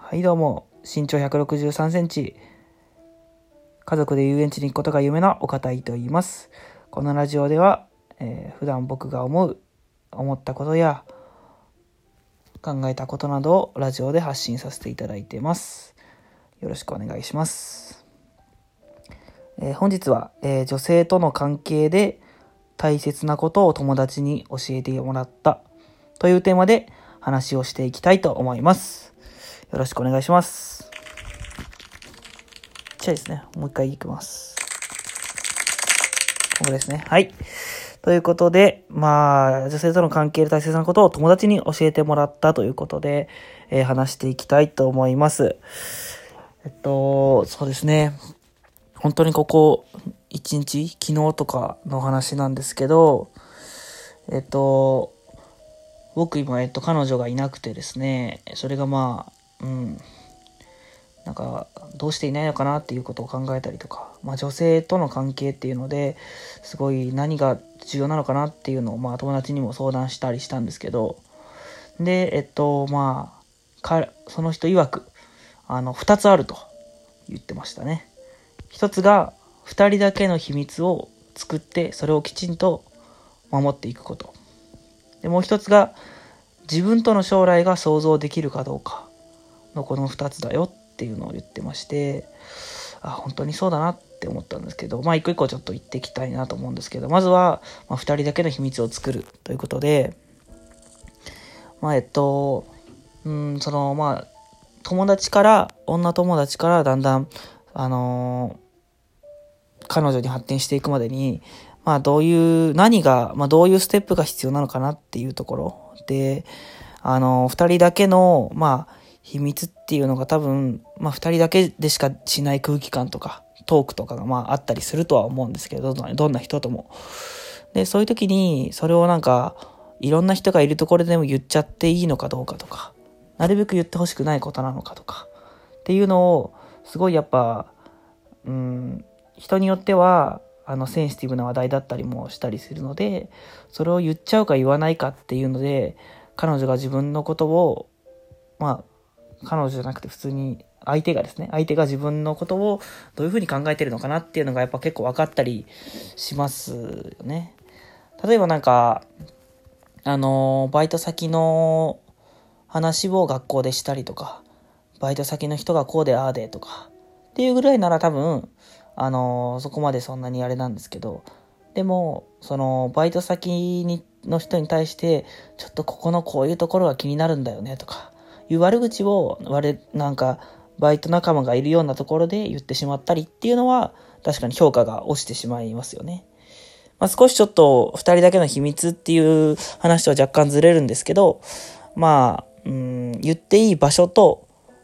はいどうも、身長163センチ、家族で遊園地に行くことが夢の岡田井と言います。このラジオでは、普段僕が思ったことや考えたことなどをラジオで発信させていただいています。よろしくお願いします。本日は、女性との関係で大切なことを友達に教えてもらったというテーマで話をしていきたいと思います。よろしくお願いします。じゃあですね、もう一回いきます。ここですね。はい。ということで、女性との関係で大切なことを友達に教えてもらったということで、話していきたいと思います。そうですね。本当にここ1日、昨日とかの話なんですけど、僕今、彼女がいなくてですね、それがなんかどうしていないのかなっていうことを考えたりとか、女性との関係っていうのですごい何が重要なのかなっていうのを友達にも相談したりしたんですけど、でその人曰く2つあると言ってましたね。一つが2人だけの秘密を作ってそれをきちんと守っていくこと。でもう一つが自分との将来が想像できるかどうかのこの2つだよっていうのを言ってまして、本当にそうだなって思ったんですけど、一個一個ちょっと言っていきたいなと思うんですけど、まずは、2人だけの秘密を作るということで、女友達からだんだん彼女に発展していくまでに、どういうステップが必要なのかなっていうところで、二人だけの、秘密っていうのが多分、二人だけでしかしない空気感とか、トークとかがあったりするとは思うんですけど、どんな人とも。で、そういう時に、それをいろんな人がいるところでも言っちゃっていいのかどうかとか、なるべく言ってほしくないことなのかとか、っていうのを、すごいやっぱ、人によってはセンシティブな話題だったりもしたりするので、それを言っちゃうか言わないかっていうので、彼女が自分のことを彼女じゃなくて普通に相手が自分のことをどういうふうに考えてるのかなっていうのがやっぱ結構分かったりしますよね。例えばバイト先の話を学校でしたりとか、バイト先の人がこうでああでとかっていうぐらいなら多分そこまでそんなにあれなんですけど、でもそのバイト先の人に対してちょっとここのこういうところが気になるんだよねとかいう悪口をバイト仲間がいるようなところで言ってしまったりっていうのは確かに評価が落ちてしまいますよね。少しちょっと二人だけの秘密っていう話とは若干ずれるんですけど、言っていい場所と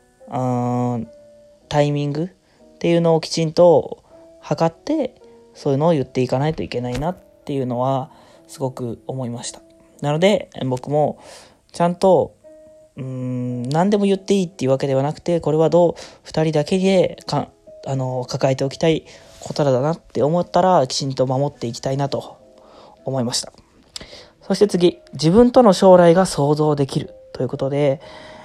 タイミングっていうのをきちんと測ってそういうのを言っていかないといけないなっていうのはすごく思いました。なので僕もちゃんと何でも言っていいっていうわけではなくて、これは二人だけで抱えておきたいことだなって思ったらきちんと守っていきたいなと思いました。そして次、自分との将来が想像できるということで、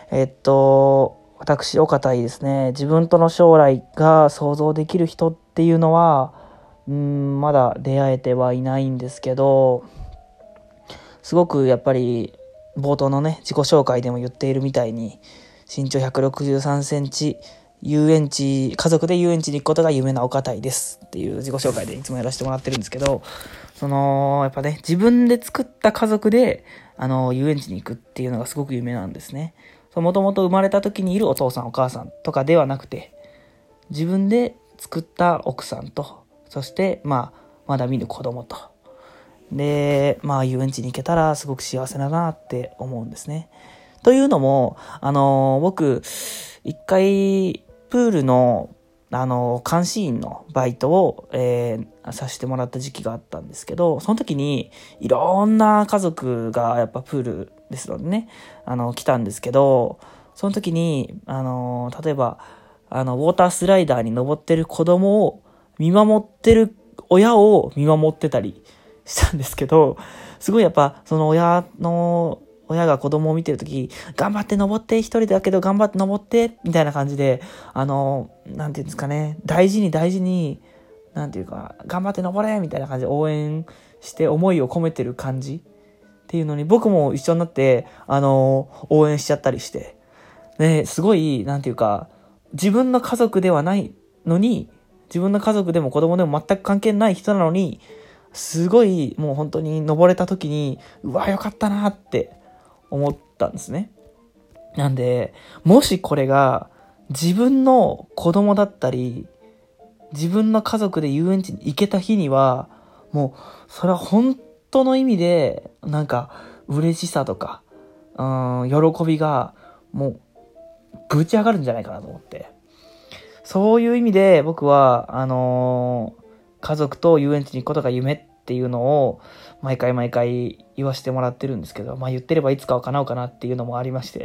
私岡田井ですね、自分との将来が想像できる人っていうのはまだ出会えてはいないんですけど、すごくやっぱり冒頭のね自己紹介でも言っているみたいに身長163センチ、家族で遊園地に行くことが夢な岡田井ですっていう自己紹介でいつもやらせてもらってるんですけど、やっぱね自分で作った家族で遊園地に行くっていうのがすごく夢なんですね。もともと生まれた時にいるお父さんお母さんとかではなくて、自分で作った奥さんと、そしてまだ見ぬ子供とで遊園地に行けたらすごく幸せだなって思うんですね。というのも僕一回プールの監視員のバイトを、させてもらった時期があったんですけど、その時にいろんな家族がやっぱプールですのでね来たんですけど、その時に例えばウォータースライダーに登ってる子供を見守ってる親を見守ってたりしたんですけど、すごいやっぱその親親が子供を見てるとき、頑張って登って、一人だけど頑張って登って、みたいな感じで、なんていうんですかね、大事に、なんていうか、頑張って登れみたいな感じで応援して思いを込めてる感じっていうのに、僕も一緒になって、応援しちゃったりして、ね、すごい、なんていうか、自分の家族ではないのに、自分の家族でも子供でも全く関係ない人なのに、すごいもう本当に登れた時に、うわ、よかったなって思ったんですね。なんで、もしこれが自分の子供だったり、自分の家族で遊園地に行けた日には、もうそれは本当の意味で、なんか嬉しさとか、喜びがもうぶち上がるんじゃないかなと思って。そういう意味で僕は、家族と遊園地に行くことが夢っていうのを毎回言わせてもらってるんですけど、言ってればいつかは叶うかなっていうのもありまして。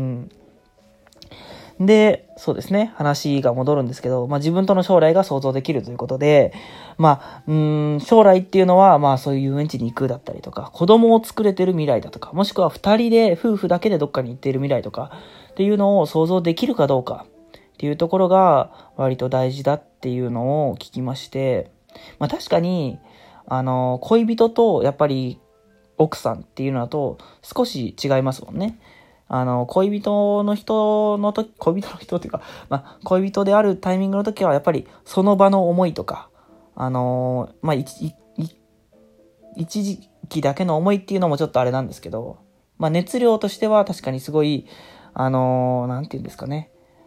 で、そうですね、話が戻るんですけど、自分との将来が想像できるということで、将来っていうのは、そういう遊園地に行くだったりとか、子供を作れてる未来だとか、もしくは二人で、夫婦だけでどっかに行っている未来とか、っていうのを想像できるかどうかっていうところが割と大事だっていうのを聞きまして、確かに、恋人とやっぱり奥さんっていうのだと少し違いますもんね。恋人の人っていうか、恋人であるタイミングの時はやっぱりその場の思いとか、一時期だけの思いっていうのもちょっとあれなんですけど、熱量としては確かにすごい、なんていうんですかね。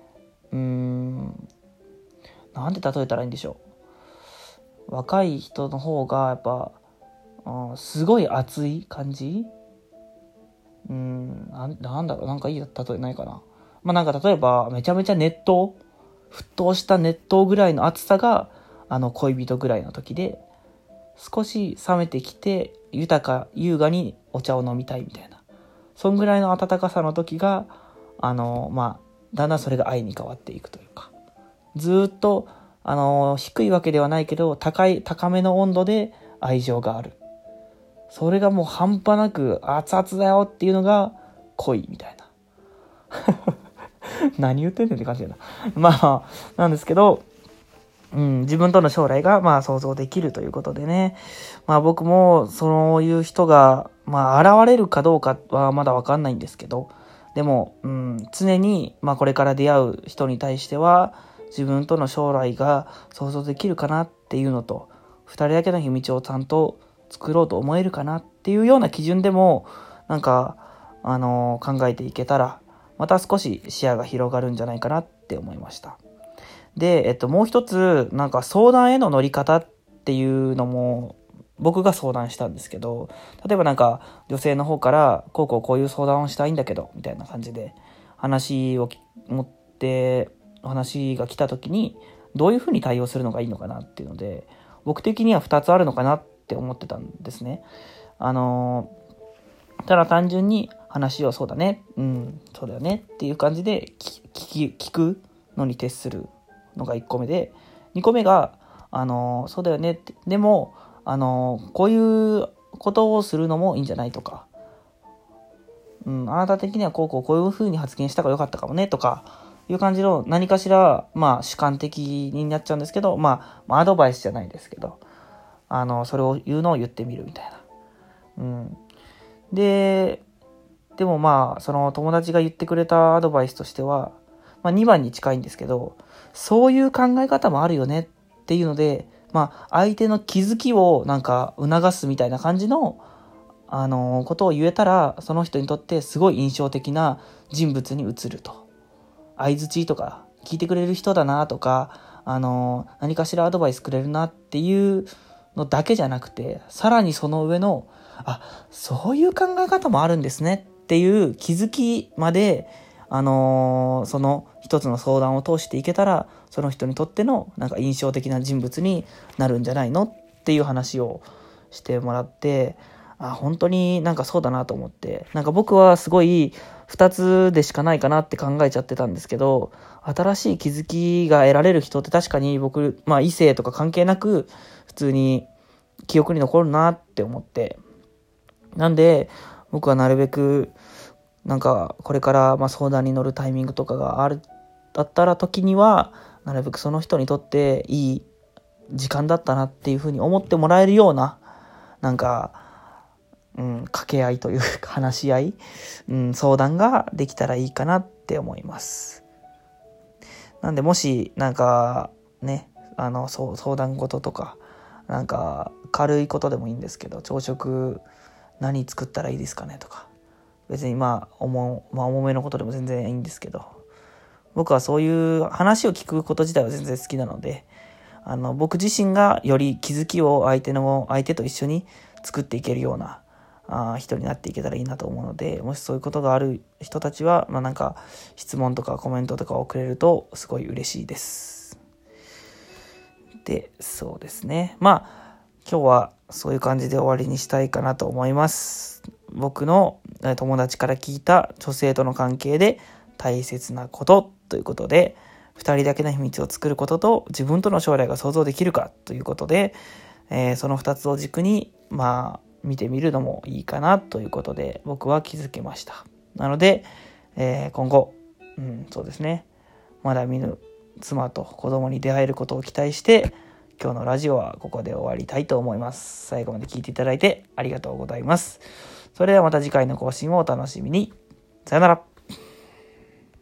なんで例えたらいいんでしょう。若い人の方がやっぱ、すごい熱い感じ？なんだろう、なんかいい例えないかな。なんか例えば、めちゃめちゃ沸騰した熱湯ぐらいの熱さが、恋人ぐらいの時で、少し冷めてきて、優雅にお茶を飲みたいみたいな。そんぐらいの温かさの時が、だんだんそれが愛に変わっていくというか。ずっと、低いわけではないけど、高めの温度で愛情がある。それがもう半端なく熱々だよっていうのが恋みたいな。何言ってんねんって感じだな。なんですけど、自分との将来が想像できるということでね。僕もそういう人が現れるかどうかはまだわかんないんですけど、でも、常にこれから出会う人に対しては自分との将来が想像できるかなっていうのと、二人だけの秘密をちゃんと作ろうと思えるかなっていうような基準でも考えていけたらまた少し視野が広がるんじゃないかなって思いました。で、もう一つ相談への乗り方っていうのも僕が相談したんですけど、例えば女性の方からこういう相談をしたいんだけどみたいな感じで話が来た時にどういうふうに対応するのがいいのかなっていうので、僕的には2つあるのかなって思ってたんですね。ただ単純に話をそうだね、そうだよねっていう感じで聞くのに徹するのが1個目で、2個目がそうだよねって、でもこういうことをするのもいいんじゃないとか、あなた的にはこういう風に発言した方が良かったかもねとかいう感じの何かしら主観的になっちゃうんですけど、アドバイスじゃないですけど、それを言うのを言ってみるみたいな。でもその友達が言ってくれたアドバイスとしては、2番に近いんですけど、そういう考え方もあるよねっていうので、相手の気づきを促すみたいな感じのことを言えたら、その人にとってすごい印象的な人物に映ると。相槌とか聞いてくれる人だなとか、何かしらアドバイスくれるなっていうのだけじゃなくて、さらにその上のそういう考え方もあるんですねっていう気づきまで、その一つの相談を通していけたら、その人にとっての印象的な人物になるんじゃないのっていう話をしてもらって、本当にそうだなと思って、僕はすごい2つでしかないかなって考えちゃってたんですけど、新しい気づきが得られる人って確かに僕、異性とか関係なく普通に記憶に残るなって思って、なんで僕はなるべくなんかこれから相談に乗るタイミングとかがだったら時にはなるべくその人にとっていい時間だったなっていうふうに思ってもらえるようななんか、掛け合いというか話し合い、相談ができたらいいかなって思います。なんでもしなんかね相談事とかなんか軽いことでもいいんですけど、朝食何作ったらいいですかねとか、別に重めのことでも全然いいんですけど、僕はそういう話を聞くこと自体は全然好きなので、僕自身がより気づきを相手と一緒に作っていけるような人になっていけたらいいなと思うので、もしそういうことがある人たちは、なんか質問とかコメントとかをくれるとすごい嬉しいです。で、そうですね。今日はそういう感じで終わりにしたいかなと思います。僕の友達から聞いた女性との関係で大切なことということで、2人だけの秘密を作ることと自分との将来が想像できるかということで、その2つを軸に見てみるのもいいかなということで僕は気づけました。なので、今後、そうですね、まだ見ぬ妻と子供に出会えることを期待して今日のラジオはここで終わりたいと思います。最後まで聞いていただいてありがとうございます。それではまた次回の更新をお楽しみに。さよなら。